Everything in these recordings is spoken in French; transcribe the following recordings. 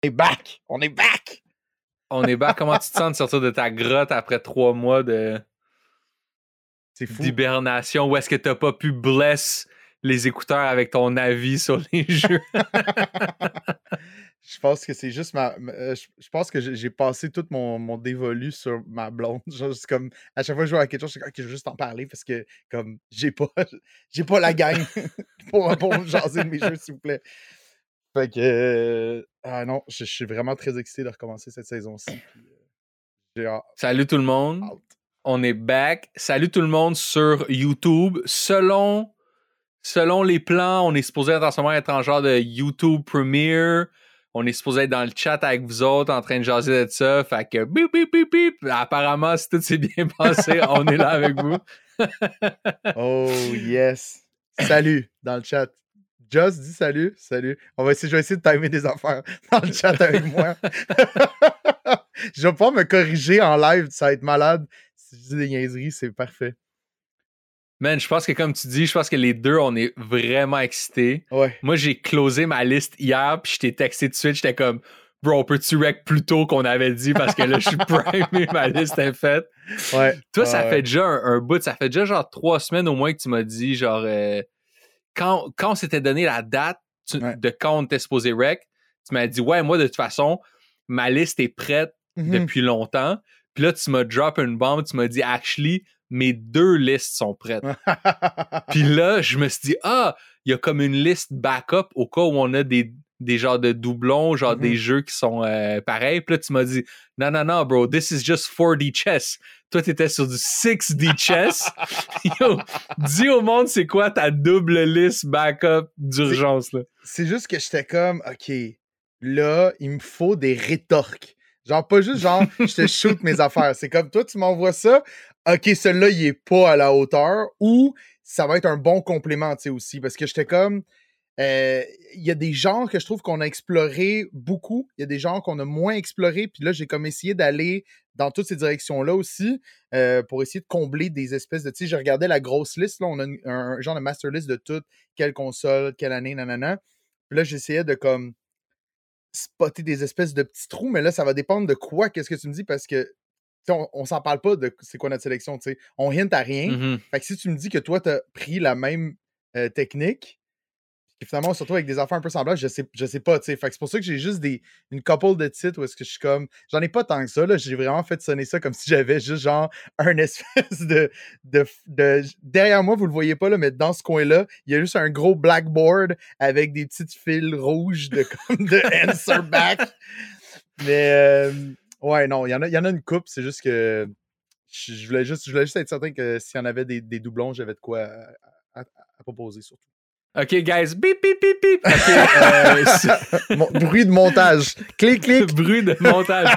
On est back! On est back! On est back. Comment tu te sens de sortir de ta grotte après 3 mois d'hibernation? Où est-ce que t'as pas pu bless les écouteurs avec ton avis sur les jeux? Je pense que c'est juste je pense que j'ai passé tout mon dévolu sur ma blonde. Genre, c'est comme, à chaque fois que je joue à quelque chose, je suis comme, OK, je veux juste en parler parce que, comme, j'ai pas la gang pour me jaser de mes jeux, s'il vous plaît. Fait que, ah non, je suis vraiment très excité de recommencer cette saison-ci. Puis, j'ai hâte. Salut tout le monde. On est back. Salut tout le monde sur YouTube. Selon les plans, on est supposé être en ce moment être en genre de YouTube Premiere. On est supposé être dans le chat avec vous autres en train de jaser de ça. Fait que bip, bip, bip, bip. Apparemment, si tout s'est bien passé, on est là avec vous. Oh yes. Salut dans le chat. Just dis salut. Salut. Je vais essayer de timer des affaires dans le chat avec moi. Je vais pouvoir me corriger en live. Ça va être malade. Si je dis des niaiseries, c'est parfait. Man, je pense que comme tu dis, je pense que les deux, on est vraiment excités. Ouais. Moi, j'ai closé ma liste hier, puis je t'ai texté tout de suite. J'étais comme, bro, peux-tu rec plus tôt qu'on avait dit parce que là, je suis primé, ma liste est faite. Ouais. Toi, ça fait déjà un bout, ça fait déjà genre 3 semaines au moins que tu m'as dit, genre, quand on s'était donné la date de quand on était supposé rec, tu m'as dit, ouais, moi, de toute façon, ma liste est prête depuis longtemps. Puis là, tu m'as drop une bombe, tu m'as dit, actually, mes 2 listes sont prêtes. Puis là, je me suis dit, il y a comme une liste backup au cas où on a des genres de doublons, genre des jeux qui sont pareils. Puis là, tu m'as dit, non, bro, this is just 4D chess. Toi, t'étais sur du 6D chess. Yo, dis au monde, c'est quoi ta double liste backup d'urgence, là? C'est juste que j'étais comme, OK, là, il me faut des rétorques. Genre, pas juste genre, je te shoot mes affaires. C'est comme, toi, tu m'envoies ça, OK, celui-là, il est pas à la hauteur, ou ça va être un bon complément, tu sais, aussi. Parce que j'étais comme, il y a des genres que je trouve qu'on a exploré beaucoup. Il y a des genres qu'on a moins explorés. Puis là, j'ai comme essayé d'aller dans toutes ces directions-là aussi pour essayer de combler des espèces de... Tu sais, je regardais la grosse liste. Là, on a un genre de master list de toutes, quelle console, quelle année, nanana. Puis là, j'essayais de comme spotter des espèces de petits trous. Mais là, ça va dépendre de quoi, qu'est-ce que tu me dis, parce que on s'en parle pas de c'est quoi notre sélection. Tu sais. On hint à rien. Fait que si tu me dis que toi, tu as pris la même technique, et finalement, on se retrouve avec des affaires un peu semblables, je sais pas, tu sais. Fait que c'est pour ça que j'ai juste une couple de titres où est-ce que je suis comme... J'en ai pas tant que ça, là. J'ai vraiment fait sonner ça comme si j'avais juste genre un espèce de... Derrière moi, vous le voyez pas, là, mais dans ce coin-là, il y a juste un gros blackboard avec des petites fils rouges de answer back. Mais ouais, non, il y en a une couple, c'est juste que je voulais juste être certain que s'il y en avait des doublons, j'avais de quoi à proposer, surtout. OK, guys. Bip, bip, bip, bip. OK. Bruit de montage. Clic, clic. Bruit de montage.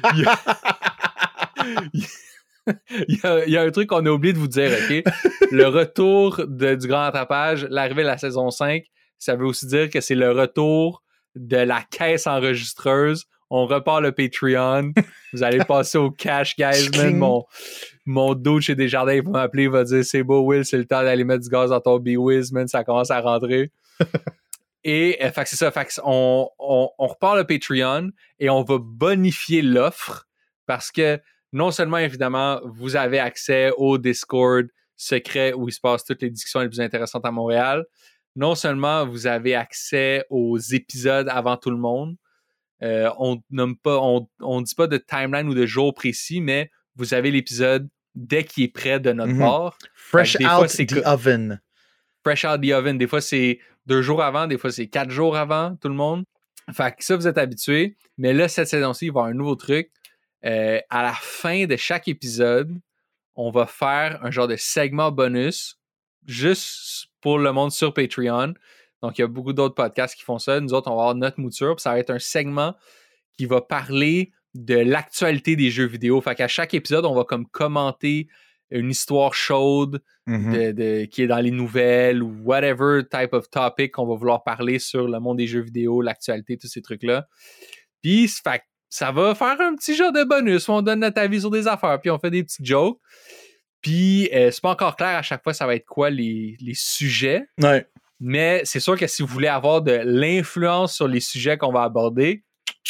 Il y a un truc qu'on a oublié de vous dire, OK? Le retour du grand rattrapage, l'arrivée de la saison 5, ça veut aussi dire que c'est le retour de la caisse enregistreuse. On repart le Patreon. Vous allez passer au cash, guys. Man, mon dude chez Desjardins, il va m'appeler, il va dire, c'est beau, Will, c'est le temps d'aller mettre du gaz dans ton B-Wiz, man, ça commence à rentrer. Et fait que c'est ça, fait que on repart le Patreon et on va bonifier l'offre parce que non seulement, évidemment, vous avez accès au Discord secret où il se passe toutes les discussions les plus intéressantes à Montréal, non seulement vous avez accès aux épisodes avant tout le monde, on dit pas de timeline ou de jour précis, mais vous avez l'épisode dès qu'il est prêt de notre part. Fresh out the oven. Fresh out the oven. Des fois, c'est 2 jours avant, des fois, c'est 4 jours avant, tout le monde. Fait que ça, vous êtes habitués. Mais là, cette saison-ci, il va y avoir un nouveau truc. À la fin de chaque épisode, on va faire un genre de segment bonus juste pour le monde sur Patreon. Donc, il y a beaucoup d'autres podcasts qui font ça. Nous autres, on va avoir notre mouture. Puis ça va être un segment qui va parler de l'actualité des jeux vidéo. Fait qu'à chaque épisode, on va comme commenter une histoire chaude qui est dans les nouvelles ou whatever type of topic qu'on va vouloir parler sur le monde des jeux vidéo, l'actualité, tous ces trucs-là. Puis, fait, ça va faire un petit genre de bonus où on donne notre avis sur des affaires, puis on fait des petits jokes. Puis, c'est pas encore clair à chaque fois ça va être quoi les sujets. Ouais. Mais c'est sûr que si vous voulez avoir de l'influence sur les sujets qu'on va aborder,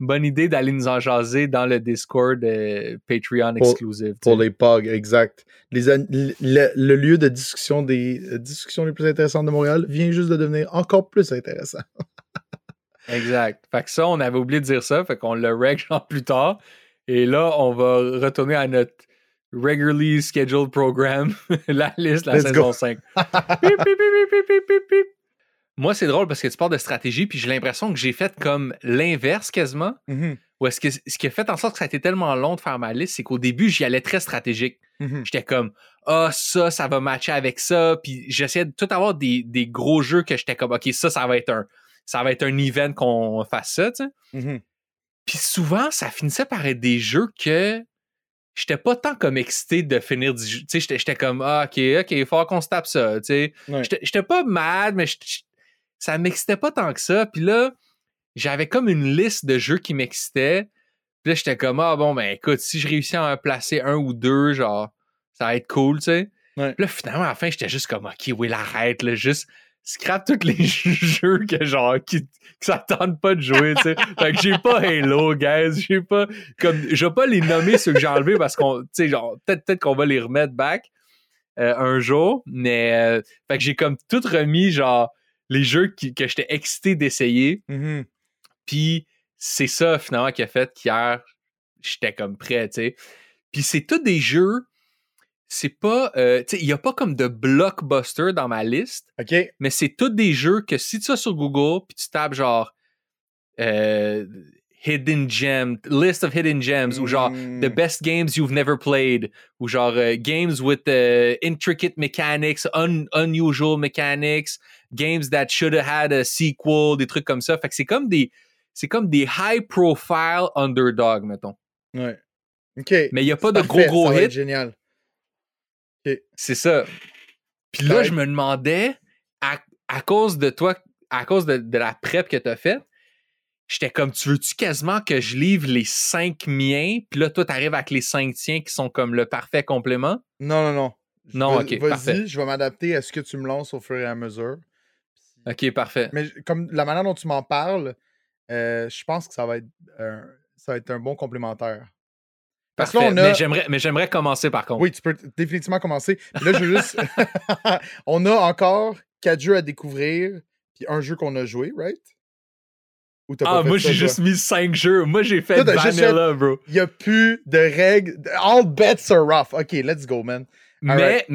bonne idée d'aller nous en jaser dans le Discord Patreon exclusive. Pour les POG, exact. Le lieu de discussion des discussions les plus intéressantes de Montréal vient juste de devenir encore plus intéressant. Exact. Fait que ça, on avait oublié de dire ça, fait qu'on le règle genre plus tard. Et là, on va retourner à notre regularly scheduled program, la liste, la saison 5. Pip, pip, pip, pip, pip, pip, pip. Moi, c'est drôle parce que tu parles de stratégie, puis j'ai l'impression que j'ai fait comme l'inverse quasiment. Mm-hmm. Ou est-ce que ce qui a fait en sorte que ça a été tellement long de faire ma liste, c'est qu'au début, j'y allais très stratégique. Mm-hmm. J'étais comme, ça va matcher avec ça. Puis j'essayais de tout avoir des gros jeux que j'étais comme, OK, ça va être un event qu'on fasse ça, tu sais. Mm-hmm. Puis souvent, ça finissait par être des jeux que j'étais pas tant comme excité de finir du jeu. Tu sais, j'étais comme, OK, il faut qu'on se tape ça, tu sais. Ouais. J'étais pas mad, mais ça m'excitait pas tant que ça. Puis là, j'avais comme une liste de jeux qui m'excitaient. Puis là, j'étais comme, écoute, si je réussis à en placer un ou deux, genre, ça va être cool, tu sais. Ouais. Puis là, finalement, à la fin, j'étais juste comme, OK, Will, arrête, là, juste scrap tous les jeux que, genre, qui ça tente pas de jouer, tu sais. Fait que j'ai pas Halo, guys, je vais pas les nommer ceux que j'ai enlevés parce qu'on, tu sais, genre, peut-être qu'on va les remettre back un jour, mais, fait que j'ai comme tout remis, genre, les jeux que j'étais excité d'essayer. Mm-hmm. Puis c'est ça, finalement, qui a fait qu'hier, j'étais comme prêt, tu sais. Puis c'est tous des jeux, c'est pas... tu sais, il y a pas comme de blockbuster dans ma liste, OK. mais c'est tous des jeux que si tu vas sur Google, puis tu tapes genre Hidden Gem, List of Hidden Gems, ou genre The Best Games You've Never Played, ou genre Games with Intricate Mechanics, Unusual Mechanics, Games that should have had a sequel, des trucs comme ça. Fait que c'est comme des high-profile underdog, mettons. Ouais. OK. Mais il n'y a pas de Parfait, gros ça va hits. être génial. OK. C'est ça. Puis là, je me demandais, à cause de toi, à cause de la prep que tu as faite, j'étais comme, tu veux-tu quasiment que je livre les 5 miens, puis là, toi, t'arrives avec les 5 tiens qui sont comme le parfait complément? Non. Non, OK, parfait. Vas-y, je vais m'adapter à ce que tu me lances au fur et à mesure. OK, parfait. Mais comme la manière dont tu m'en parles, je pense que ça va être un bon complémentaire. Parce que parfait. là, Mais j'aimerais commencer, par contre. Oui, tu peux définitivement commencer. Puis là, je veux juste... on a encore 4 jeux à découvrir, puis un jeu qu'on a joué, right? Ou t'as pas fait moi, ça, j'ai juste mis 5 jeux. Moi, j'ai fait Toi, Vanilla, bro. Il n'y a plus de règles. All bets are off. OK, let's go, man. Mais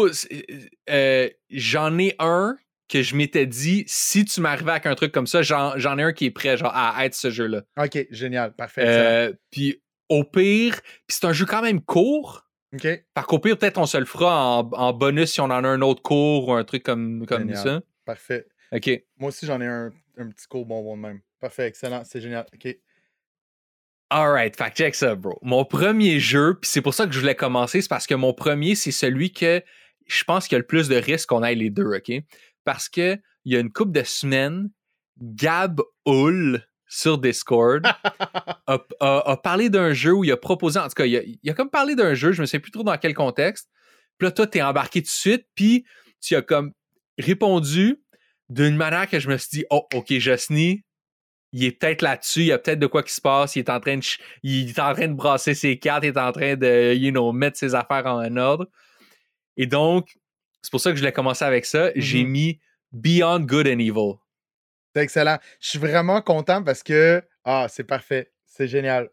j'en ai un que je m'étais dit, si tu m'arrivais avec un truc comme ça, j'en ai un qui est prêt genre à être ce jeu-là. OK, génial. Parfait. Puis au pire, puis c'est un jeu quand même court. OK. Fait qu'au pire, peut-être on se le fera en bonus si on en a un autre court ou un truc comme ça. Parfait. OK. Moi aussi, j'en ai un petit court bonbon de même. Parfait, excellent. C'est génial. OK. Alright, fait que check ça, bro. Mon premier jeu, puis c'est pour ça que je voulais commencer, c'est parce que mon premier, c'est celui que je pense qu'il y a le plus de risques qu'on aille les deux, OK? Parce que il y a une couple de semaines, Gab Hull sur Discord a parlé d'un jeu où il a proposé, en tout cas, il a comme parlé d'un jeu, je me sais plus trop dans quel contexte. Puis là, toi, t'es embarqué tout de suite, puis tu as comme répondu d'une manière que je me suis dit, oh, OK, Jocny, il est peut-être là-dessus, il y a peut-être de quoi qui se passe, il est en train de brasser ses cartes, il est en train de, mettre ses affaires en ordre. Et donc, c'est pour ça que je l'ai commencé avec ça. J'ai mis Beyond Good and Evil. C'est excellent. Je suis vraiment content parce que, c'est parfait. C'est génial.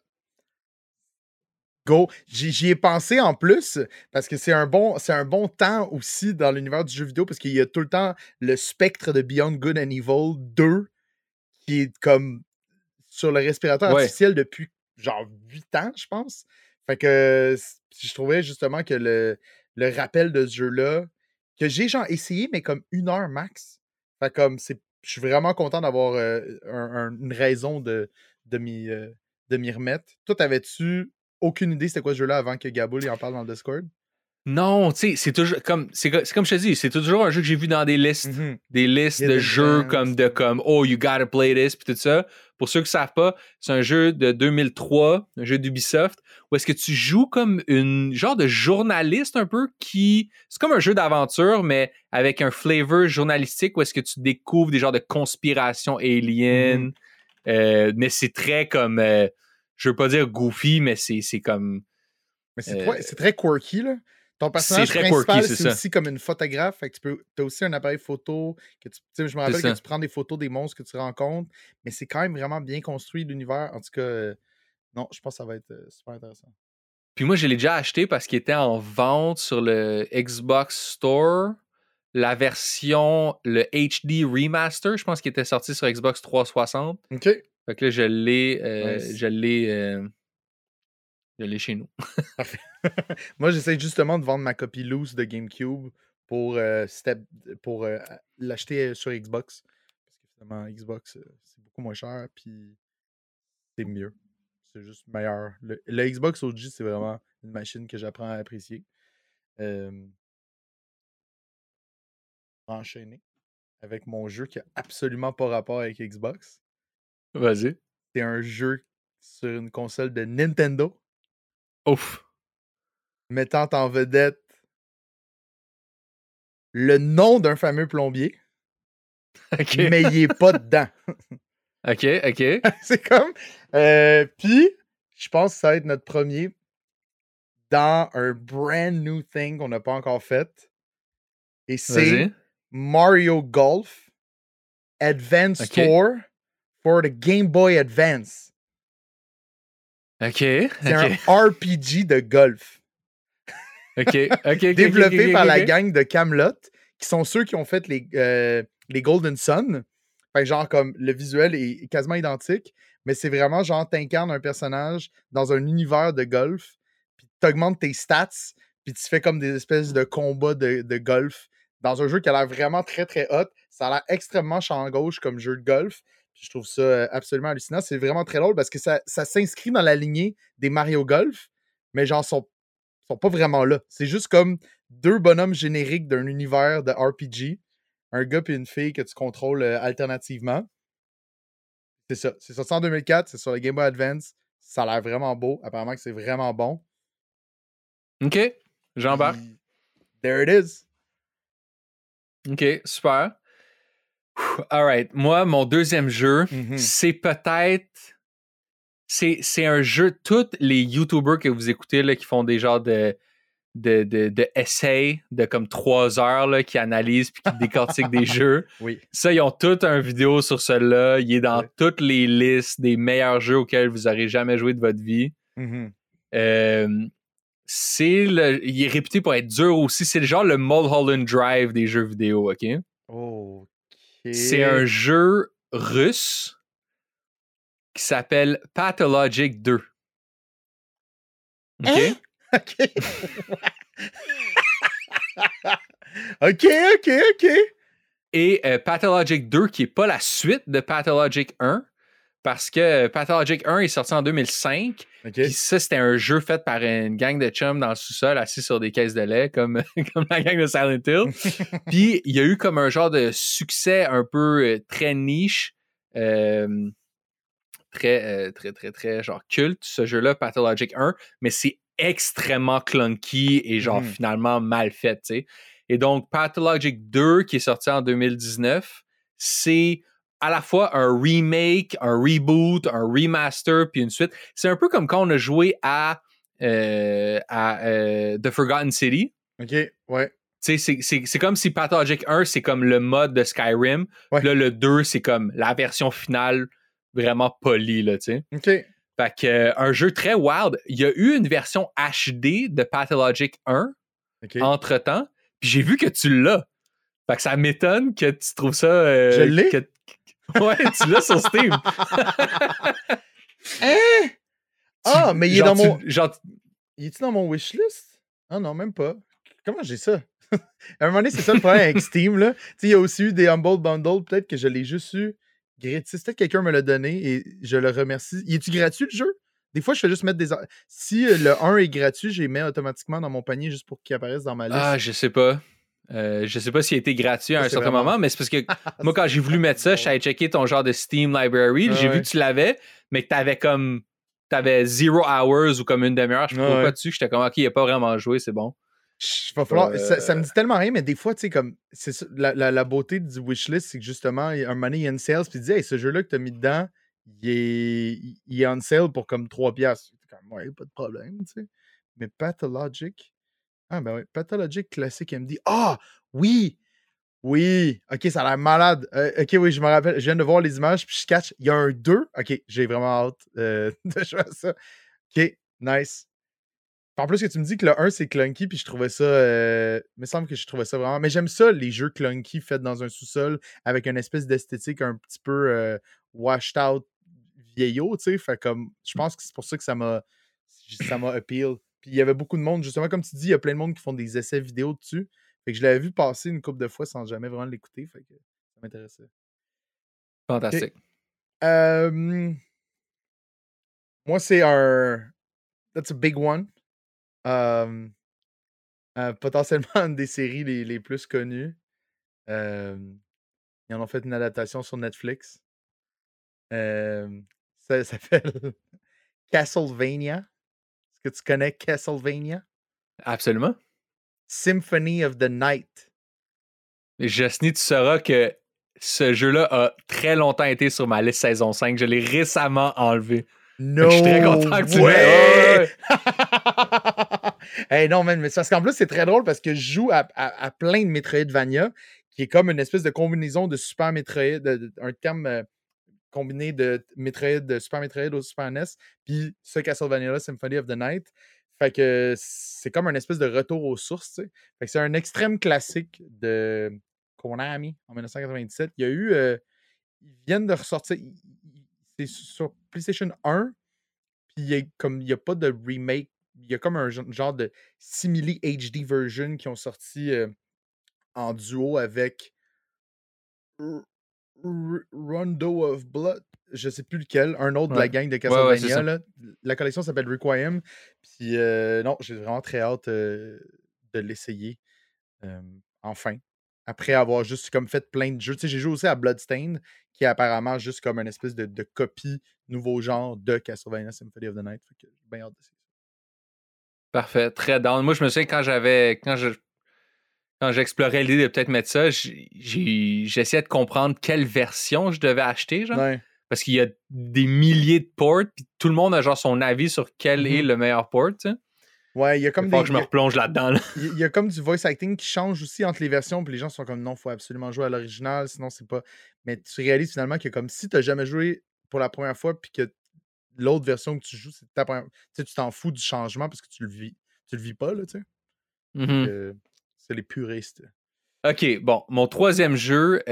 Go. J'y ai pensé en plus parce que c'est un bon temps aussi dans l'univers du jeu vidéo parce qu'il y a tout le temps le spectre de Beyond Good and Evil 2 qui est comme sur le respirateur artificiel depuis genre 8 ans, je pense. Fait que je trouvais justement que le rappel de ce jeu-là, que j'ai genre essayé, mais comme 1 heure max. Fait comme je suis vraiment content d'avoir une raison de m'y remettre. Toi, t'avais-tu aucune idée c'était quoi ce jeu-là avant que Gaboul en parle dans le Discord? Non, tu sais, c'est toujours comme je te dis, c'est toujours un jeu que j'ai vu dans des listes, des listes de jeux comme oh, you gotta play this puis tout ça. Pour ceux qui savent pas, c'est un jeu de 2003, un jeu d'Ubisoft où est-ce que tu joues comme une genre de journaliste un peu c'est comme un jeu d'aventure mais avec un flavor journalistique où est-ce que tu découvres des genres de conspirations aliens, Mais c'est très comme... je veux pas dire goofy, mais c'est comme... Mais c'est très quirky, là. Ton personnage très principal, quirky, c'est aussi comme une photographe. Fait que t'as aussi un appareil photo. Que tu sais, je me rappelle que tu prends des photos des monstres que tu rencontres. Mais c'est quand même vraiment bien construit, l'univers. En tout cas, non, je pense que ça va être super intéressant. Puis moi, je l'ai déjà acheté parce qu'il était en vente sur le Xbox Store. La version, le HD Remaster, je pense qu'il était sorti sur Xbox 360. OK. Fait que là, je l'ai Nice. je l'ai chez nous. Parfait. Moi, j'essaie justement de vendre ma copie loose de GameCube pour l'acheter sur Xbox. Parce que finalement, Xbox, c'est beaucoup moins cher, puis c'est mieux. C'est juste meilleur. Le Xbox OG, c'est vraiment une machine que j'apprends à apprécier. Enchaîner avec mon jeu qui a absolument pas rapport avec Xbox. Vas-y. C'est un jeu sur une console de Nintendo. Ouf. Mettant en vedette le nom d'un fameux plombier. OK. Mais il est pas dedans. OK. C'est comme... Puis, je pense que ça va être notre premier dans un brand new thing qu'on n'a pas encore fait. Et c'est Mario Golf Advance Tour for the Game Boy Advance. OK. C'est un RPG de golf. OK. Développé par la gang de Camelot, qui sont ceux qui ont fait les Golden Sun. Fait que genre, comme le visuel est quasiment identique, mais c'est vraiment genre, t'incarnes un personnage dans un univers de golf, puis t'augmentes tes stats, puis tu fais comme des espèces de combats de golf dans un jeu qui a l'air vraiment très très hot. Ça a l'air extrêmement champ gauche comme jeu de golf. Puis je trouve ça absolument hallucinant. C'est vraiment très drôle parce que ça s'inscrit dans la lignée des Mario Golf, mais genre, sont pas vraiment là. C'est juste comme deux bonhommes génériques d'un univers de RPG. Un gars et une fille que tu contrôles alternativement. C'est ça. C'est sorti en 2004. C'est sur le Game Boy Advance. Ça a l'air vraiment beau. Apparemment que c'est vraiment bon. OK. J'embarque. There it is. OK. Super. All right. Moi, mon deuxième jeu, c'est peut-être... C'est un jeu... Tous les YouTubers que vous écoutez là, qui font des genres de essais de comme 3 heures là, qui analysent puis qui décortiquent des jeux. Oui. Ça, ils ont tout un vidéo sur celui-là. Il est dans toutes les listes des meilleurs jeux auxquels vous aurez jamais joué de votre vie. Il est réputé pour être dur aussi. C'est le genre le Mulholland Drive des jeux vidéo, OK? OK. C'est un jeu russe qui s'appelle Pathologic 2. OK? Hein? OK. Et Pathologic 2, qui n'est pas la suite de Pathologic 1, parce que Pathologic 1 est sorti en 2005. Puis ça, c'était un jeu fait par une gang de chums dans le sous-sol, assis sur des caisses de lait, comme la gang de Silent Hill. Puis il y a eu comme un genre de succès un peu très niche, très genre culte, ce jeu-là, Pathologic 1, mais c'est extrêmement clunky et genre finalement mal fait, tu sais. Et donc, Pathologic 2, qui est sorti en 2019, c'est à la fois un remake, un reboot, un remaster, puis une suite. C'est un peu comme quand on a joué à The Forgotten City. OK, ouais. Tu sais, c'est comme si Pathologic 1, c'est comme le mode de Skyrim. Ouais. Puis là, le 2, c'est comme la version finale vraiment polie, là, tu sais. OK. Fait que, un jeu très wild. Il y a eu une version HD de Pathologic 1 entre-temps. Puis j'ai vu que tu l'as. Fait que ça m'étonne que tu trouves ça... Je l'ai? Ouais, tu l'as sur Steam. Hein? Ah, mais il est dans mon... Il est-tu dans mon wishlist? Ah non, même pas. Comment j'ai ça? À un moment donné, c'est ça le problème avec Steam, là. Tu sais, il y a aussi eu des Humble Bundle. Peut-être que je l'ai juste eu gratis. Peut-être que quelqu'un me l'a donné et je le remercie. Il est-tu gratuit, le jeu? Des fois, je fais juste mettre des... Si le 1 est gratuit, je les mets automatiquement dans mon panier juste pour qu'il apparaisse dans ma liste. Ah, je sais pas. Je sais pas s'il a été gratuit à un certain moment, mais c'est parce que moi, quand j'ai voulu mettre ça, je suis allé checker ton genre de Steam Library. J'ai vu que tu l'avais, mais que t'avais 0 hours ou comme une demi-heure. Je ne sais pas dessus. J'étais comme, OK, il n'a pas vraiment joué, c'est bon. Va falloir, ça me dit tellement rien, mais des fois, tu sais, comme c'est ça, la beauté du wishlist, c'est que justement, un moment donné, il y a une sales, puis il dit, hey, ce jeu-là que tu as mis dedans, il est on sale pour comme 3$. Comme, ouais, pas de problème, tu sais. Mais Pathologic. Ah, ben oui. Pathologic Classic MD. Ah! Oui! Oui! Ok, ça a l'air malade. Ok, oui, je me rappelle. Je viens de voir les images, puis je catch. Il y a un 2. Ok, j'ai vraiment hâte de jouer à ça. Ok, nice. En plus que tu me dis que le 1 c'est clunky, puis je trouvais ça. Il me semble que je trouvais ça vraiment. Mais j'aime ça, les jeux clunky faits dans un sous-sol avec une espèce d'esthétique un petit peu washed out vieillot, tu sais. Fait comme. Je pense que c'est pour ça que ça m'a appeal. Puis il y avait beaucoup de monde, justement, comme tu dis, il y a plein de monde qui font des essais vidéo dessus. Fait que je l'avais vu passer une couple de fois sans jamais vraiment l'écouter. Fait que ça m'intéressait. Ok. Fantastique. Moi, c'est un. That's a big one. Um, potentiellement une des séries les plus connues. Ils en ont fait une adaptation sur Netflix. Ça s'appelle Castlevania. Est-ce que tu connais Castlevania? Absolument. Symphony of the Night. Justine, tu sauras que ce jeu-là a très longtemps été sur ma liste saison 5. Je l'ai récemment enlevé. No je suis très content que tu way! l'aies. Hey, non, man, mais parce qu'en plus, c'est très drôle parce que je joue à plein de Metroidvania, qui est comme une espèce de combinaison de Super Metroid, un terme combiné de Metroid, de Super Metroid au Super NES, puis ce Castlevania-là, Symphony of the Night. Fait que c'est comme un espèce de retour aux sources, tu sais. Fait que c'est un extrême classique de Konami en 1997. Il y a eu. Ils viennent de ressortir. C'est sur PlayStation 1, puis il y a pas de remake. Il y a comme un genre de simili HD version qui ont sorti en duo avec Rondo of Blood. Je sais plus lequel. Un autre de la Ouais. gang de Ouais, c'est Castlevania. ça. Là. La collection s'appelle Requiem. Puis non, j'ai vraiment très hâte de l'essayer. Enfin. Après avoir juste comme fait plein de jeux. Tu sais, j'ai joué aussi à Bloodstained, qui est apparemment juste comme une espèce de copie nouveau genre de Castlevania Symphony of the Night. Fait que j'ai bien hâte d'essayer ça. Parfait. Très down. Moi, je me souviens quand j'explorais l'idée de peut-être mettre ça, j'essayais de comprendre quelle version je devais acheter, genre. Ouais. Parce qu'il y a des milliers de ports, puis tout le monde a genre son avis sur quel est le meilleur port, tu sais. Ouais, il y a Il comme faut des. que je me replonge là-dedans, là. Il y a comme du voice acting qui change aussi entre les versions, puis les gens sont comme non, faut absolument jouer à l'original, sinon c'est pas. Mais tu réalises finalement que comme si tu n'as jamais joué pour la première fois, puis que l'autre version que tu joues, c'est ta première. Tu sais, tu t'en fous du changement parce que tu le vis pas, là, tu sais. Mhm. C'est les puristes. OK, bon, mon troisième jeu,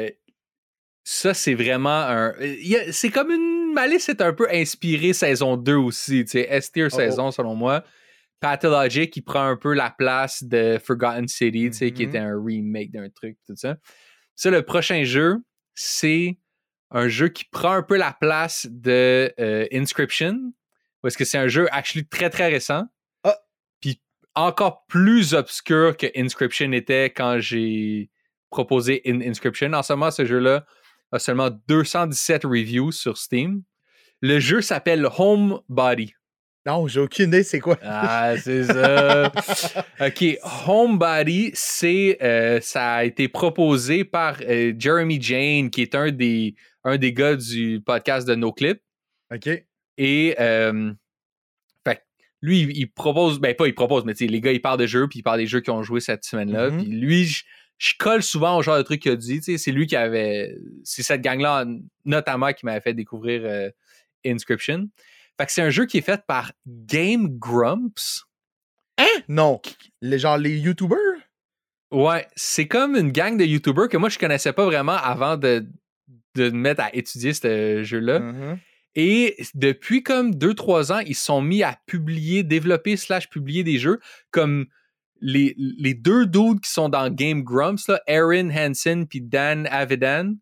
ça, c'est vraiment un. C'est comme une. Ma liste est un peu inspirée saison 2 aussi, tu sais, S-tier Oh oh. saison selon moi. Pathologic, qui prend un peu la place de Forgotten City, tu sais, qui était un remake d'un truc, tout ça. Ça, le prochain jeu, c'est un jeu qui prend un peu la place de Inscription, parce que c'est un jeu actually très très récent, Ah! puis encore plus obscur que Inscription était quand j'ai proposé Inscription. En ce moment, ce jeu-là a seulement 217 reviews sur Steam. Le jeu s'appelle Homebody. Non, j'ai aucune idée c'est quoi. Ah, c'est ça. OK, Homebody, ça a été proposé par Jeremy Jane, qui est un des gars du podcast de NoClip. OK. Et fait, lui, il propose, ben pas il propose, mais les gars, ils parlent de jeux, puis ils parlent des jeux qu'ils ont joué cette semaine-là. Puis lui, je colle souvent au genre de truc qu'il a dit. C'est lui qui avait. C'est cette gang-là, notamment, qui m'avait fait découvrir Inscription. Fait que c'est un jeu qui est fait par Game Grumps. Hein? Non. Les YouTubers? Ouais, c'est comme une gang de YouTubers que moi, je connaissais pas vraiment avant de me mettre à étudier ce jeu-là. Et depuis comme 2-3 ans, ils se sont mis à développer / publier des jeux comme les deux dudes qui sont dans Game Grumps, là, Aaron Hansen puis Dan Avidan.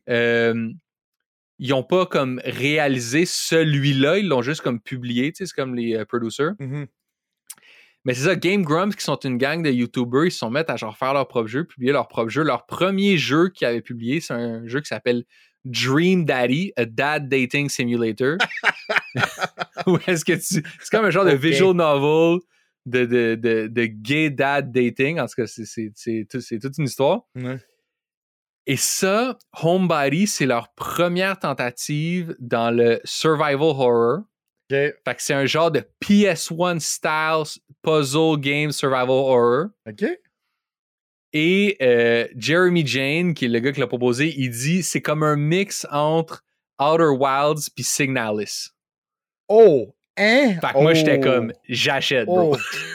Ils n'ont pas comme réalisé celui-là, ils l'ont juste comme publié, c'est comme les producers. Mais c'est ça, Game Grumps, qui sont une gang de YouTubers, ils se sont mis à genre faire leur propre jeu, publier leur propre jeu. Leur premier jeu qu'ils avaient publié, c'est un jeu qui s'appelle Dream Daddy, a Dad Dating Simulator. Où est-ce que c'est comme un genre de visual novel de gay dad dating. En tout cas, c'est toute une histoire. Et ça, Homebody, c'est leur première tentative dans le survival horror. OK. Fait que c'est un genre de PS1 style puzzle game survival horror. OK. Et Jeremy Jane, qui est le gars qui l'a proposé, il dit c'est comme un mix entre Outer Wilds puis Signalis. Oh! Hein? Fait que moi, j'étais comme, j'achète, bro.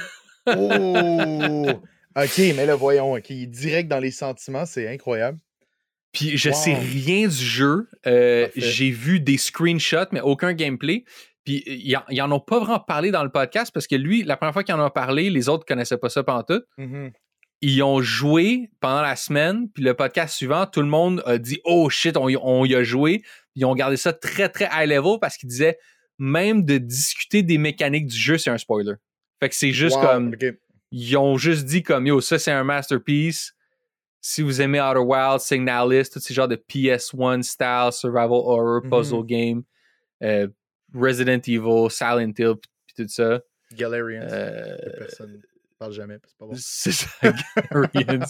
Oh! OK, mais là, voyons. OK, il est direct dans les sentiments. C'est incroyable. Puis je sais rien du jeu. J'ai vu des screenshots, mais aucun gameplay. Puis ils en ont pas vraiment parlé dans le podcast parce que lui, la première fois qu'il en a parlé, les autres connaissaient pas ça pantoute. Mm-hmm. Ils ont joué pendant la semaine, puis le podcast suivant, tout le monde a dit « Oh shit, on y a joué ». Ils ont gardé ça très, très high level parce qu'ils disaient même de discuter des mécaniques du jeu, c'est un spoiler. Fait que c'est juste comme... Okay. Ils ont juste dit comme « Yo, ça c'est un masterpiece ». Si vous aimez Outer Wilds, Signalis, tous ces genres de PS1 style, survival horror, puzzle game, Resident Evil, Silent Hill, puis tout ça. Galarians. Personne ne parle jamais, c'est pas bon. C'est ça, Galarians.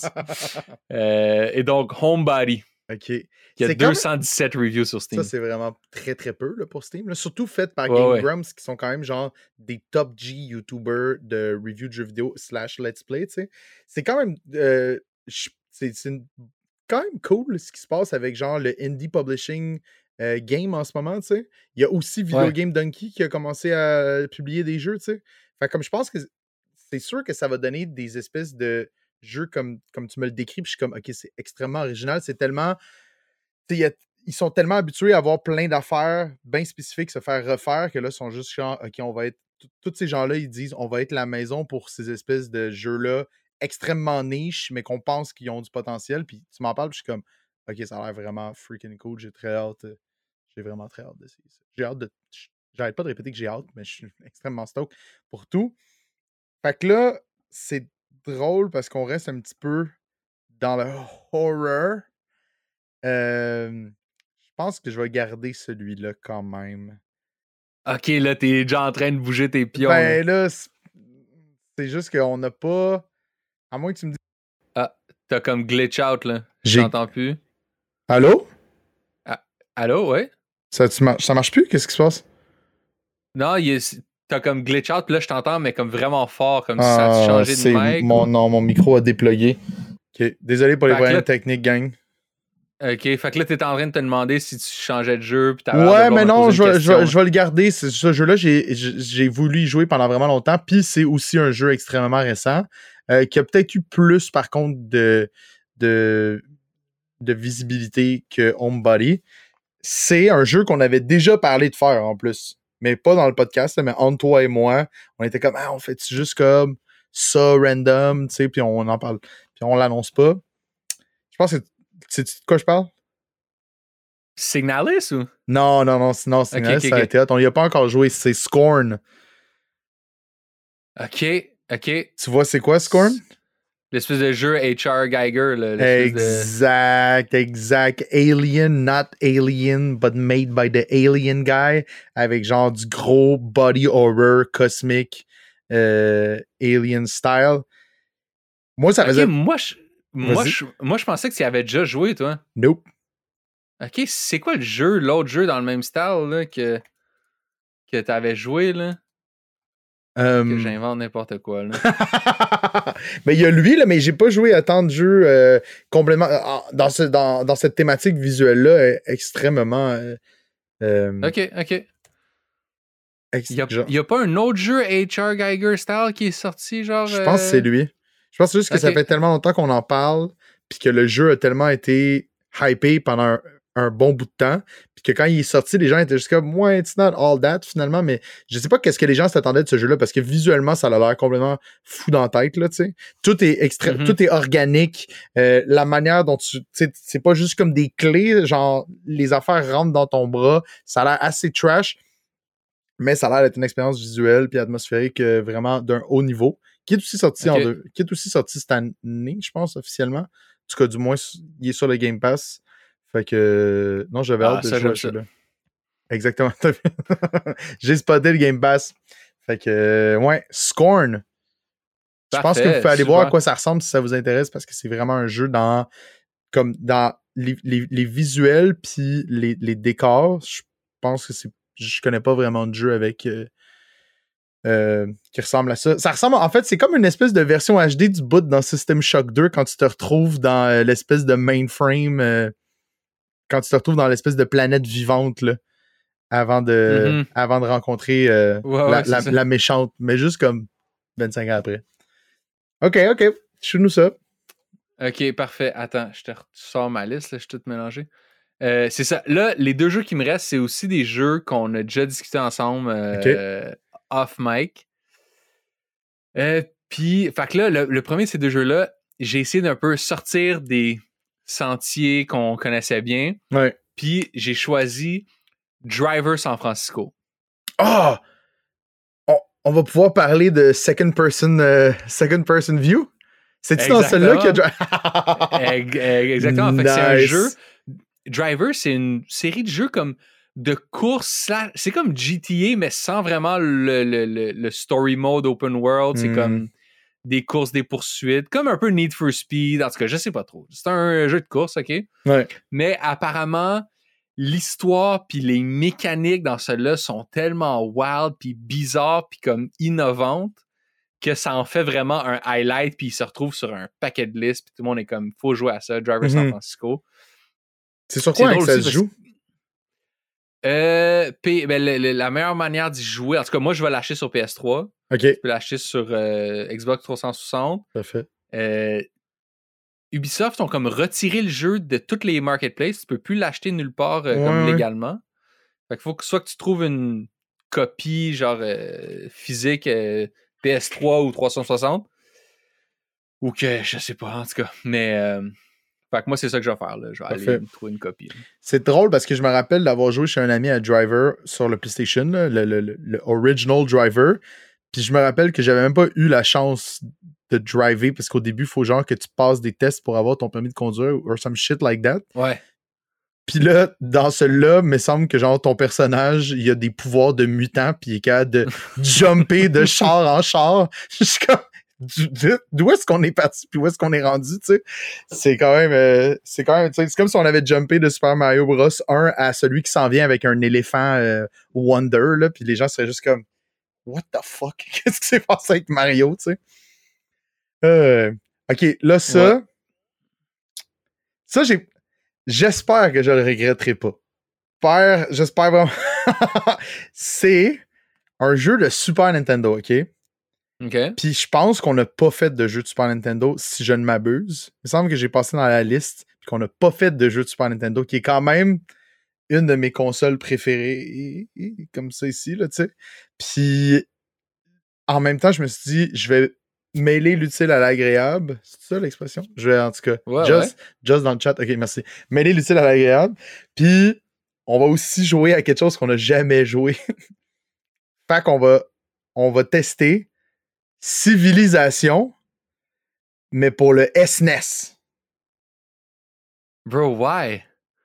Et donc, Homebody. OK. Il y a 217 reviews sur Steam. Ça, c'est vraiment très, très peu là, pour Steam. Là. Surtout fait par Game Grumps, qui sont quand même genre des top G YouTubers de review de jeux vidéo / let's play, tu sais. C'est quand même... c'est quand même cool ce qui se passe avec genre le indie publishing game en ce moment, tu sais. Il y a aussi Video Game Donkey qui a commencé à publier des jeux, tu sais. Fait comme je pense que c'est sûr que ça va donner des espèces de jeux comme tu me le décris, puis je suis comme, OK, c'est extrêmement original, c'est tellement... ils sont tellement habitués à avoir plein d'affaires bien spécifiques se faire refaire que là, ils sont juste genre, OK, on va être... Tous ces gens-là, ils disent, on va être la maison pour ces espèces de jeux-là extrêmement niche, mais qu'on pense qu'ils ont du potentiel. Puis tu m'en parles, puis je suis comme, OK, ça a l'air vraiment freaking cool. J'ai très hâte. J'ai vraiment très hâte d'essayer ça. J'ai hâte de... J'arrête pas de répéter que j'ai hâte, mais je suis extrêmement stoked pour tout. Fait que là, c'est drôle parce qu'on reste un petit peu dans le horror. Je pense que je vais garder celui-là quand même. OK, là, t'es déjà en train de bouger tes pions. Ben là, c'est juste qu'on n'a pas... À moins que tu me dises... Ah, t'as comme glitch out, là. Je t'entends plus. Allô? Ah, allô, ouais? Ça marche plus? Qu'est-ce qui se passe? Non, t'as comme glitch out, puis là, je t'entends, mais comme vraiment fort, comme si ça a changé de mic. Non, mon micro a déplugué. OK. Désolé pour les problèmes techniques, gang. OK, fait que là, t'es en train de te demander si tu changeais de jeu. Puis ouais, mais non, je vais le garder. Ce jeu-là, j'ai voulu y jouer pendant vraiment longtemps. Puis c'est aussi un jeu extrêmement récent qui a peut-être eu plus, par contre, de visibilité que Homebody. C'est un jeu qu'on avait déjà parlé de faire en plus. Mais pas dans le podcast, mais entre toi et moi, on était comme, on fait juste comme ça, random, tu sais, puis on en parle. Puis on l'annonce pas. Je pense que c'est de quoi je parle? Signalis ou? Non, Signalis, ça a été hot. On y a pas encore joué, c'est Scorn. OK. Tu vois, c'est quoi Scorn? L'espèce de jeu H.R. Geiger. Là, exact. Alien, not alien, but made by the alien guy. Avec genre du gros body horror cosmique alien style. Moi, ça faisait... Moi, je pensais que tu y avais déjà joué, toi. Nope. OK, c'est quoi l'autre jeu dans le même style là, que tu avais joué, là? Que j'invente n'importe quoi, là. Mais il y a lui, là, mais j'ai pas joué à tant de jeux complètement... dans cette thématique visuelle-là, extrêmement... OK. Il y a pas un autre jeu H.R. Geiger style qui est sorti, genre... Je pense que c'est lui. Je pense juste que ça fait tellement longtemps qu'on en parle, puis que le jeu a tellement été hypé pendant un bon bout de temps, puis que quand il est sorti, les gens étaient juste comme, ouais, it's not all that, finalement, mais je sais pas qu'est-ce que les gens s'attendaient de ce jeu-là, parce que visuellement, ça a l'air complètement fou dans la tête, là, tu sais. Tout est organique, la manière dont tu sais, c'est pas juste comme des clés, genre, les affaires rentrent dans ton bras, ça a l'air assez trash, mais ça a l'air d'être une expérience visuelle puis atmosphérique vraiment d'un haut niveau, qui est aussi sorti qui est aussi sorti cette année, je pense, officiellement. En tout cas, du moins, il est sur le Game Pass. Fait que non, j'avais hâte de jouer à celui-là. Exactement. J'ai spoté le Game Pass. Fait que ouais, Scorn. Je pense que vous pouvez aller voir à quoi ça ressemble si ça vous intéresse, parce que c'est vraiment un jeu dans comme dans les visuels puis les décors, je pense que je connais pas vraiment de jeu avec qui ressemble à ça. Ça ressemble, en fait, c'est comme une espèce de version HD du bout dans System Shock 2 quand tu te retrouves dans l'espèce de mainframe, quand tu te retrouves dans l'espèce de planète vivante, là, avant de rencontrer la méchante, mais juste comme 25 ans après. OK, shoot-nous ça. OK, parfait. Attends, tu sors ma liste, là, je suis tout mélangé. C'est ça. Là, les deux jeux qui me restent, c'est aussi des jeux qu'on a déjà discuté ensemble off mic. Puis, fait que là, le premier de ces deux jeux-là, j'ai essayé d'un peu sortir des sentiers qu'on connaissait bien. Ouais. Puis, j'ai choisi Driver San Francisco. Ah! On va pouvoir parler de second person view? C'est-tu dans celui-là qu'il y a... Exactement. Nice. Fait que c'est un jeu... Driver, c'est une série de jeux comme de course. C'est comme GTA, mais sans vraiment le story mode open world. C'est comme des courses, des poursuites. Comme un peu Need for Speed. En tout cas, je sais pas trop. C'est un jeu de course, OK? Ouais. Mais apparemment, l'histoire puis les mécaniques dans celui-là sont tellement wild puis bizarres puis comme innovantes que ça en fait vraiment un highlight puis il se retrouve sur un paquet de listes puis tout le monde est comme, faut jouer à ça, Driver San Francisco. C'est sur quoi que ça se joue? La meilleure manière d'y jouer, en tout cas, moi, je vais l'acheter sur PS3. OK. Tu peux l'acheter sur Xbox 360. Parfait. Ubisoft ont comme retiré le jeu de toutes les marketplaces. Tu peux plus l'acheter nulle part comme légalement. Fait qu'il faut que soit que tu trouves une copie genre physique PS3 ou 360 ou que je sais pas en tout cas. Mais fait que moi c'est ça que je vais faire là. Je vais aller me trouver une copie. Là. C'est drôle parce que je me rappelle d'avoir joué chez un ami à Driver sur le PlayStation, là, le original Driver. Puis je me rappelle que j'avais même pas eu la chance de driver parce qu'au début, il faut genre que tu passes des tests pour avoir ton permis de conduire or some shit like that. Ouais. Puis là, dans celui-là, il me semble que genre ton personnage, il a des pouvoirs de mutant puis il est capable de jumper de char en char. Je suis comme, d'où est-ce qu'on est parti puis où est-ce qu'on est rendu, tu sais? C'est quand même, tu sais, c'est comme si on avait jumpé de Super Mario Bros 1 à celui qui s'en vient avec un éléphant Wonder, là, puis les gens seraient juste comme, what the fuck? Qu'est-ce qui s'est passé avec Mario, tu sais? OK, là, ça... Ouais. Ça, j'espère que je le regretterai pas. J'espère vraiment... C'est un jeu de Super Nintendo, OK? OK. Puis je pense qu'on n'a pas fait de jeu de Super Nintendo, si je ne m'abuse. Il me semble que j'ai passé dans la liste puis qu'on n'a pas fait de jeu de Super Nintendo, qui est quand même une de mes consoles préférées, comme ça ici, là, tu sais. Puis en même temps, je me suis dit, je vais mêler l'utile à l'agréable. C'est ça l'expression? Je vais, en tout cas, just dans le chat. OK, merci. Mêler l'utile à l'agréable. Puis, on va aussi jouer à quelque chose qu'on n'a jamais joué. Fait qu'on va tester Civilisation, mais pour le SNES. Bro, why?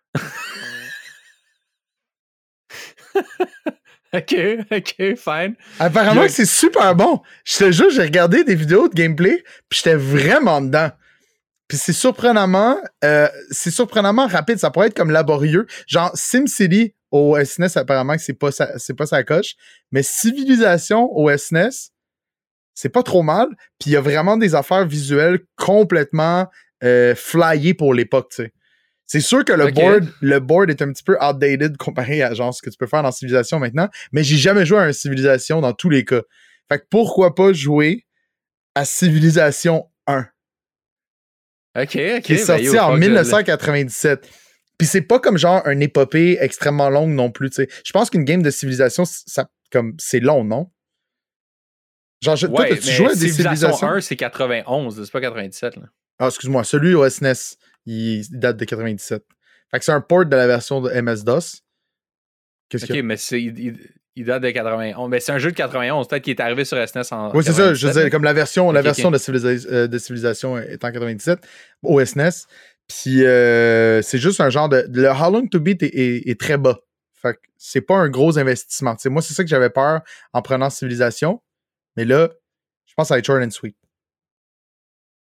OK, fine. Apparemment que c'est super bon. Je te jure, j'ai regardé des vidéos de gameplay, puis j'étais vraiment dedans. Puis c'est surprenamment rapide. Ça pourrait être comme laborieux. Genre SimCity au SNES, apparemment que c'est pas sa coche. Mais Civilisation au SNES, c'est pas trop mal. Puis il y a vraiment des affaires visuelles complètement flyées pour l'époque, tu sais. C'est sûr que le board est un petit peu outdated comparé à genre ce que tu peux faire dans Civilisation maintenant, mais j'ai jamais joué à un Civilisation dans tous les cas. Fait que pourquoi pas jouer à Civilisation 1? OK. Qui est sorti en 1997. Puis c'est pas comme genre une épopée extrêmement longue non plus, tu sais. Je pense qu'une game de Civilisation, c'est long, non? Genre, toi, tu joué à des Civilisations 1, c'est 91, c'est pas 97, là. Ah, excuse-moi, celui au SNES, il date de 97. Fait que c'est un port de la version de MS-DOS. Mais il date de 91. Mais c'est un jeu de 91, peut-être qu'il est arrivé sur SNES en. Oui, c'est ça, je disais, comme la version de Civilisation est en 97 au SNES. Puis c'est juste un genre de. Le How Long to Beat est très bas. Fait que c'est pas un gros investissement. T'sais, moi, c'est ça que j'avais peur en prenant Civilisation. Mais là, je pense que ça va être short and sweet.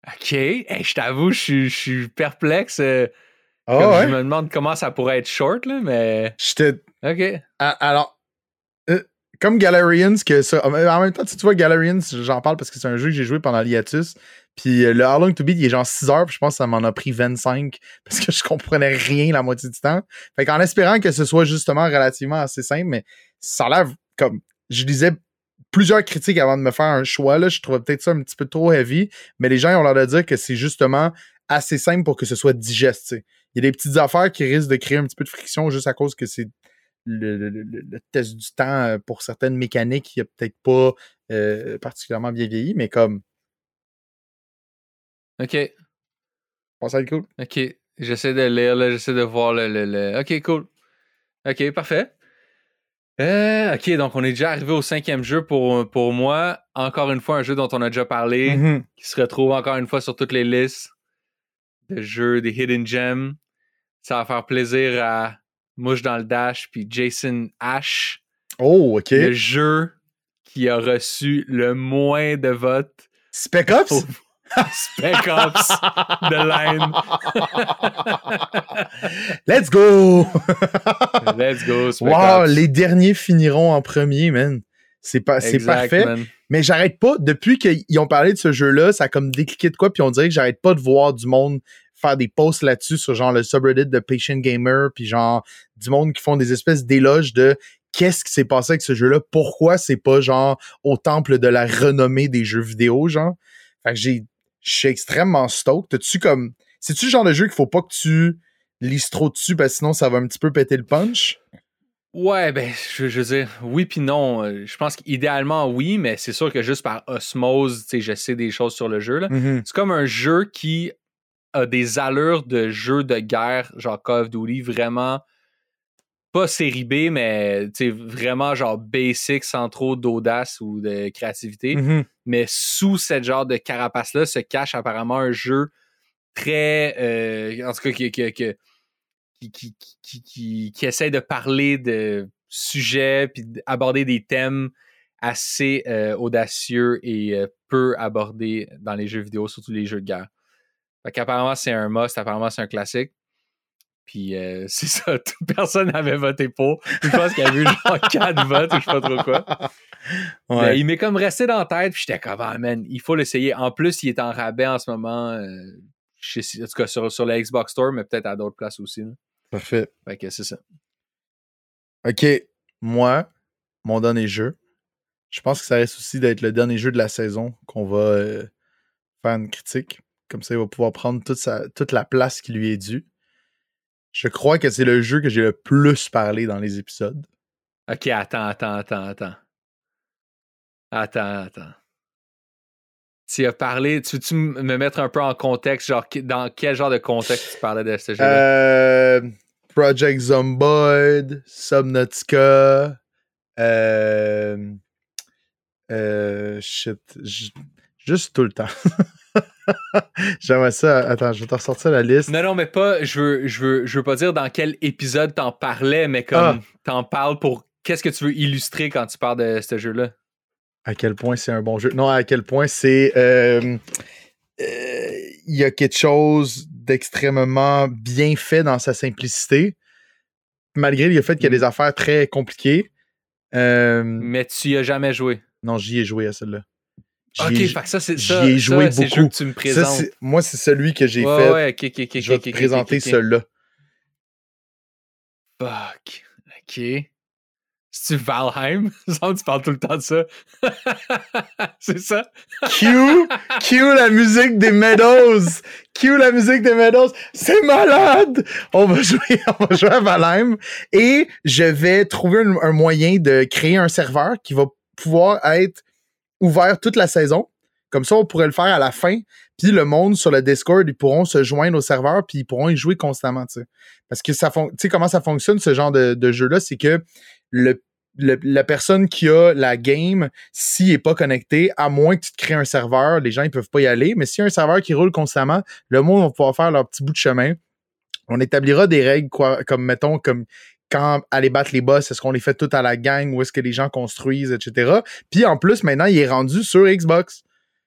OK. Hey, je t'avoue, je suis perplexe. Ah Comme ouais? je me demande comment ça pourrait être short, là, mais... J'étais... OK. Alors, comme Galarians, que ça... En même temps, tu vois, Galarians, j'en parle parce que c'est un jeu que j'ai joué pendant l'hiatus. Puis le How Long to Beat, il est genre 6 heures, puis je pense que ça m'en a pris 25 parce que je comprenais rien la moitié du temps. Fait qu'en espérant que ce soit justement relativement assez simple, mais ça a l'air comme... Je lisais plusieurs critiques avant de me faire un choix, là. Je trouvais peut-être ça un petit peu trop heavy, mais les gens ils ont l'air de dire que c'est justement assez simple pour que ce soit digeste, t'sais. Il y a des petites affaires qui risquent de créer un petit peu de friction juste à cause que c'est le test du temps pour certaines mécaniques qui a peut-être pas particulièrement bien vieilli, mais comme... OK. Je pense que ça va être cool. OK. J'essaie de lire, là. J'essaie de voir le... OK, cool. OK, parfait. OK, donc on est déjà arrivé au 5e jeu pour moi. Encore une fois, un jeu dont on a déjà parlé, Mm-hmm. qui se retrouve encore une fois sur toutes les listes de jeux, des Hidden Gems. Ça va faire plaisir à Mouche dans le Dash puis Jason Ash. Oh, OK. Le jeu qui a reçu le moins de votes. Spec Ops? Spec Ops The Line. Let's go! Let's go, Spec Wow, Ops. les derniers finiront en premier, man. C'est parfait. Man. Mais j'arrête pas, depuis qu'ils ont parlé de ce jeu-là, ça a comme décliqué de quoi, puis on dirait que j'arrête pas de voir du monde faire des posts là-dessus sur genre le subreddit de Patient Gamer, puis genre du monde qui font des espèces d'éloges de qu'est-ce qui s'est passé avec ce jeu-là, pourquoi c'est pas genre au temple de la renommée des jeux vidéo, genre. Fait que je suis extrêmement stoked. T'as-tu comme... C'est-tu le genre de jeu qu'il faut pas que tu lises trop dessus, parce que sinon ça va un petit peu péter le punch? Ouais, ben, je veux dire, oui puis non. Je pense qu'idéalement, oui, mais c'est sûr que juste par osmose, tu sais, je sais des choses sur le jeu, là. Mm-hmm. C'est comme un jeu qui a des allures de jeu de guerre, genre Call of Duty, vraiment pas série B, mais vraiment genre basic, sans trop d'audace ou de créativité. Mm-hmm. Mais sous cette genre de carapace-là se cache apparemment un jeu très... en tout cas, qui essaie de parler de sujets puis d'aborder des thèmes assez audacieux et peu abordés dans les jeux vidéo, surtout les jeux de guerre. Fait qu'apparemment, c'est un must, apparemment, c'est un classique. Puis c'est ça, personne n'avait voté pour. Je pense qu'il y avait eu genre 4 votes ou je sais pas trop quoi. Ouais. Mais il m'est comme resté dans la tête, puis j'étais comme, ah man, il faut l'essayer. En plus, il est en rabais en ce moment, en tout cas sur la Xbox Store, mais peut-être à d'autres places aussi. Là. Parfait. Fait que c'est ça. OK. Moi, mon dernier jeu, je pense que ça risque aussi d'être le dernier jeu de la saison qu'on va faire une critique. Comme ça, il va pouvoir prendre toute la place qui lui est due. Je crois que c'est le jeu que j'ai le plus parlé dans les épisodes. OK, attends. Tu as parlé, tu veux-tu me mettre un peu en contexte, genre dans quel genre de contexte tu parlais de ce jeu-là? Project Zomboid, Subnautica, shit, juste tout le temps. J'aimerais ça. Attends, je vais te ressortir la liste. Non, mais pas. Je veux pas dire dans quel épisode t'en parlais, mais comme t'en parles pour. Qu'est-ce que tu veux illustrer quand tu parles de ce jeu-là? À quel point c'est un bon jeu. Non, à quel point c'est. Il y a quelque chose d'extrêmement bien fait dans sa simplicité, malgré le fait qu'il y a des affaires très compliquées. Mais tu y as jamais joué. Non, j'y ai joué à celle-là. Fait que ça, c'est ça. J'y ai joué beaucoup. C'est le jeu que tu me présentes. Moi, c'est celui que j'ai fait. Ouais, ok. Je vais te présenter celui-là. Fuck. OK. C'est-tu Valheim? Tu parles tout le temps de ça. C'est ça? Cue la musique des Meadows. Cue la musique des Meadows. C'est malade! On va jouer à Valheim. Et je vais trouver un moyen de créer un serveur qui va pouvoir être ouvert toute la saison. Comme ça, on pourrait le faire à la fin. Puis le monde sur le Discord, ils pourront se joindre au serveur puis ils pourront y jouer constamment. T'sais. Parce que tu sais comment ça fonctionne, ce genre de jeu-là, c'est que la personne qui a la game, s'il n'est pas connecté, à moins que tu te crées un serveur, les gens ils peuvent pas y aller. Mais s'il y a un serveur qui roule constamment, le monde va pouvoir faire leur petit bout de chemin. On établira des règles, comme mettons, comme quand aller battre les boss, est-ce qu'on les fait tout à la gang ou est-ce que les gens construisent, etc. Puis en plus, maintenant, il est rendu sur Xbox.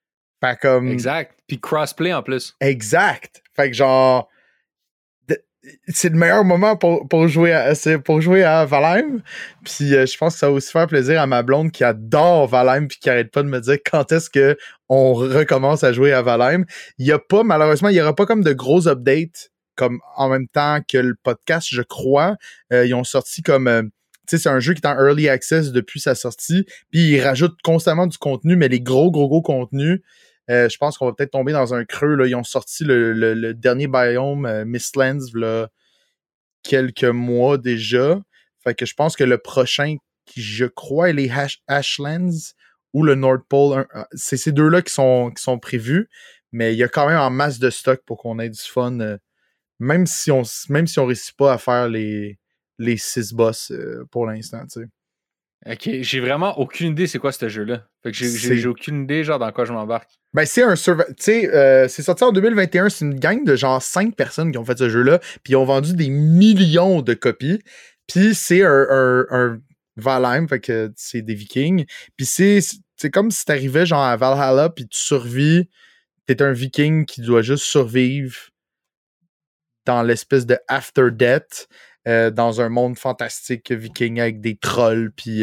Fait comme... Exact. Puis crossplay en plus. Exact. Fait que genre... C'est le meilleur moment pour jouer à Valheim. Puis je pense que ça va aussi faire plaisir à ma blonde qui adore Valheim puis qui arrête pas de me dire quand est-ce que on recommence à jouer à Valheim. Malheureusement, il y aura pas comme de gros updates comme en même temps que le podcast, je crois. Ils ont sorti comme... tu sais, c'est un jeu qui est en early access depuis sa sortie. Puis ils rajoutent constamment du contenu, mais les gros contenus, je pense qu'on va peut-être tomber dans un creux. Là. Ils ont sorti le dernier biome, Mistlands, là, quelques mois déjà. Fait que je pense que le prochain, qui je crois, est les Ashlands ou le North Pole. C'est ces deux-là qui sont prévus. Mais il y a quand même en masse de stock pour qu'on ait du fun. Même si on réussit pas à faire les 6 boss pour l'instant, tu sais. Ok, j'ai vraiment aucune idée c'est quoi ce jeu-là. Fait que j'ai aucune idée genre dans quoi je m'embarque. Ben c'est un tu sais, c'est sorti en 2021, c'est une gang de genre 5 personnes qui ont fait ce jeu-là, puis ils ont vendu des millions de copies. Puis c'est un Valheim, fait que c'est des Vikings. Puis c'est comme si t'arrivais genre à Valhalla, puis tu survis, t'es un Viking qui doit juste survivre dans l'espèce de After Death, dans un monde fantastique viking avec des trolls, puis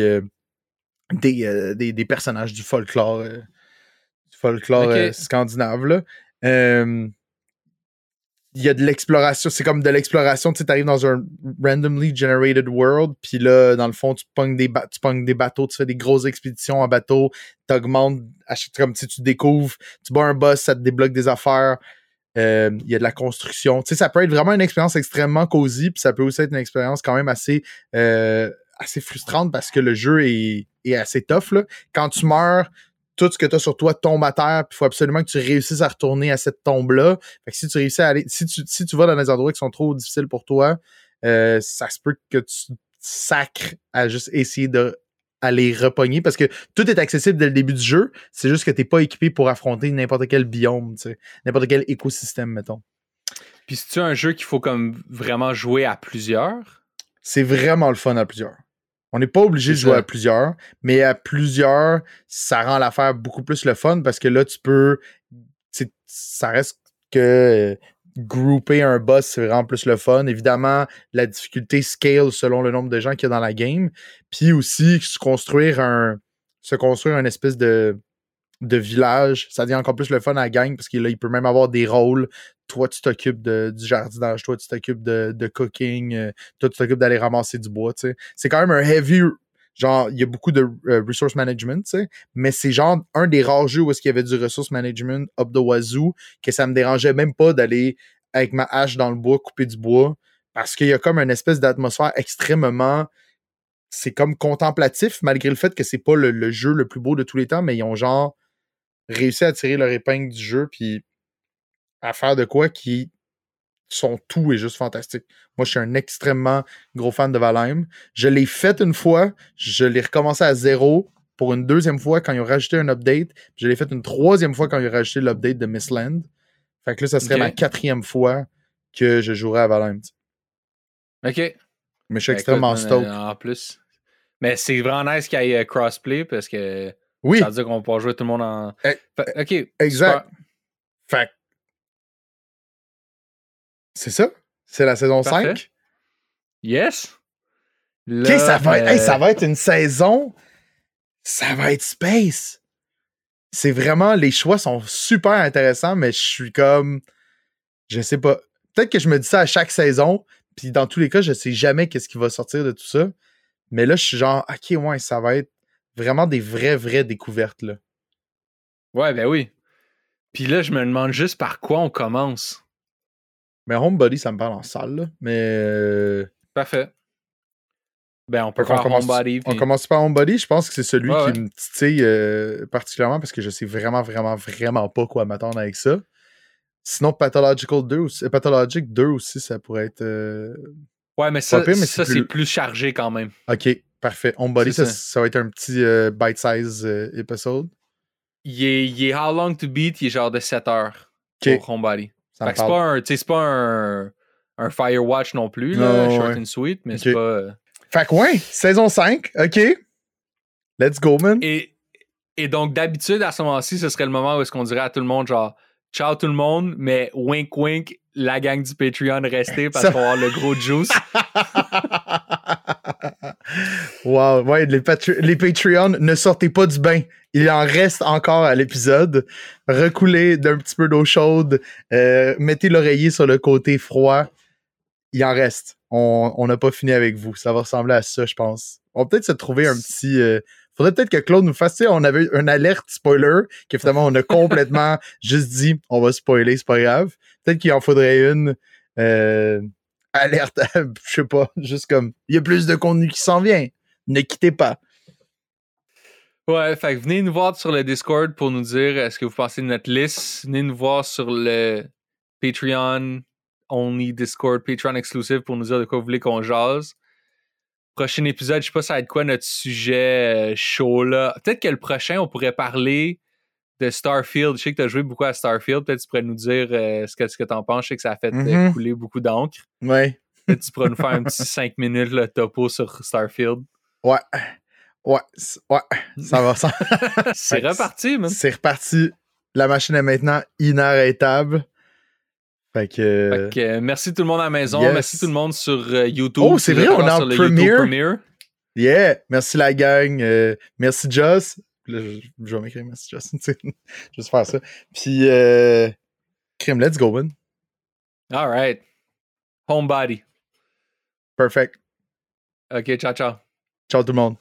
des personnages du folklore Ok. scandinave. Là. Il y a de l'exploration, c'est comme de l'exploration, tu sais, t'arrives dans un randomly generated world, puis là, dans le fond, tu pognes des bateaux, tu fais des grosses expéditions en bateau, t'augmentes, comme si tu découvres, tu bats un boss, ça te débloque des affaires, il y a de la construction. Tu sais, ça peut être vraiment une expérience extrêmement cosy, puis ça peut aussi être une expérience quand même assez frustrante parce que le jeu est assez tough, là. Quand tu meurs, tout ce que tu as sur toi tombe à terre, puis il faut absolument que tu réussisses à retourner à cette tombe-là. Fait que si tu réussis à aller, si tu vas dans des endroits qui sont trop difficiles pour toi, ça se peut que tu sacres à juste essayer de aller repogner parce que tout est accessible dès le début du jeu. C'est juste que t'es pas équipé pour affronter n'importe quel biome, tu sais, n'importe quel écosystème, mettons. Puis c'est-tu un jeu qu'il faut comme vraiment jouer à plusieurs? C'est vraiment le fun à plusieurs. On n'est pas obligé de jouer à plusieurs, mais à plusieurs, ça rend l'affaire beaucoup plus le fun parce que là, tu peux. Ça reste que grouper un boss, c'est vraiment plus le fun. Évidemment, la difficulté scale selon le nombre de gens qu'il y a dans la game. Puis aussi, se construire un espèce de village, ça devient encore plus le fun à la gang parce que là, il peut même avoir des rôles. Toi, tu t'occupes du jardinage, toi, tu t'occupes de cooking, toi, tu t'occupes d'aller ramasser du bois, tu sais. C'est quand même un heavy, genre, il y a beaucoup de resource management, tu sais, mais c'est genre un des rares jeux où est-ce qu'il y avait du resource management up the wazoo, que ça me dérangeait même pas d'aller avec ma hache dans le bois, couper du bois, parce qu'il y a comme une espèce d'atmosphère extrêmement, c'est comme contemplatif, malgré le fait que c'est pas le jeu le plus beau de tous les temps, mais ils ont genre réussi à tirer leur épingle du jeu puis à faire de quoi qui sont tout est juste fantastique. Moi, je suis un extrêmement gros fan de Valheim. Je l'ai fait une fois, je l'ai recommencé à zéro pour une deuxième fois quand ils ont rajouté un update. Je l'ai fait une troisième fois quand ils ont rajouté l'update de Mistland. Fait que là, ça serait ma 4e fois que je jouerais à Valheim. OK. Mais je suis extrêmement stoked. En plus. Mais c'est vraiment nice qu'il y ait crossplay parce que oui. Ça veut dire qu'on va pouvoir jouer tout le monde en. OK. Exact. Super. Fait c'est ça. C'est la saison Parfait. 5. Yes. Là, OK, ça va être une saison. Ça va être space. C'est vraiment, les choix sont super intéressants, mais je suis comme, je sais pas. Peut-être que je me dis ça à chaque saison, puis dans tous les cas, je sais jamais qu'est-ce qui va sortir de tout ça. Mais là, je suis genre, OK, ouais, ça va être vraiment des vraies découvertes, là. Ouais, ben oui. Puis là, je me demande juste par quoi on commence. Mais Homebody, ça me parle en salle, là. Mais. Parfait. Ben, on peut faire Homebody. On commence par Homebody. Je pense que c'est celui qui me titille particulièrement parce que je sais vraiment pas quoi m'attendre avec ça. Sinon, Pathologic 2 aussi, ça pourrait être. Ouais, mais ça, pire, mais c'est plus chargé quand même. OK, parfait. Homebody, ça va être un petit bite-size épisode. Il est How Long to Beat, il est genre de 7 heures pour Homebody. Fait que c'est pas un Firewatch non plus, là, short and sweet, mais c'est pas. Fait que ouais, saison 5, OK. Let's go, man. Et Et donc, d'habitude, à ce moment-ci, ce serait le moment où est-ce qu'on dirait à tout le monde, genre, ciao tout le monde, mais wink wink, la gang du Patreon restez parce qu'on va avoir le gros juice. Wow, ouais, les Patreons, ne sortez pas du bain. Il en reste encore à l'épisode. Recoulez d'un petit peu d'eau chaude. Mettez l'oreiller sur le côté froid. Il en reste. On n'a pas fini avec vous. Ça va ressembler à ça, je pense. On va peut-être se trouver un petit... faudrait peut-être que Claude nous fasse... Tu sais, on avait une alerte spoiler, qu'évidemment, on a complètement juste dit, on va spoiler, c'est pas grave. Peut-être qu'il en faudrait une... alerte, je sais pas, juste comme, il y a plus de contenu qui s'en vient. Ne quittez pas. Ouais, fait que venez nous voir sur le Discord pour nous dire ce que vous pensez de notre liste. Venez nous voir sur le Patreon only Discord, Patreon exclusive pour nous dire de quoi vous voulez qu'on jase. Prochain épisode, je sais pas ça va être quoi notre sujet chaud là. Peut-être que le prochain, on pourrait parler de Starfield. Je sais que tu as joué beaucoup à Starfield. Peut-être que tu pourrais nous dire ce que tu en penses. Je sais que ça a fait couler beaucoup d'encre. Ouais. Peut-être que tu pourras nous faire un petit 5 minutes le topo sur Starfield. Ouais. Ça va. C'est reparti, man. C'est reparti. La machine est maintenant inarrêtable. Fait que merci tout le monde à la maison. Yes. Merci tout le monde sur YouTube. Oh, c'est vrai, on est en Premiere. Yeah. Merci la gang. Merci Joss. Là, je vais m'écrire merci Joss. Juste faire ça. Puis, crime, let's go, man. All right. Homebody. Perfect. OK, ciao, ciao. Ciao tout le monde.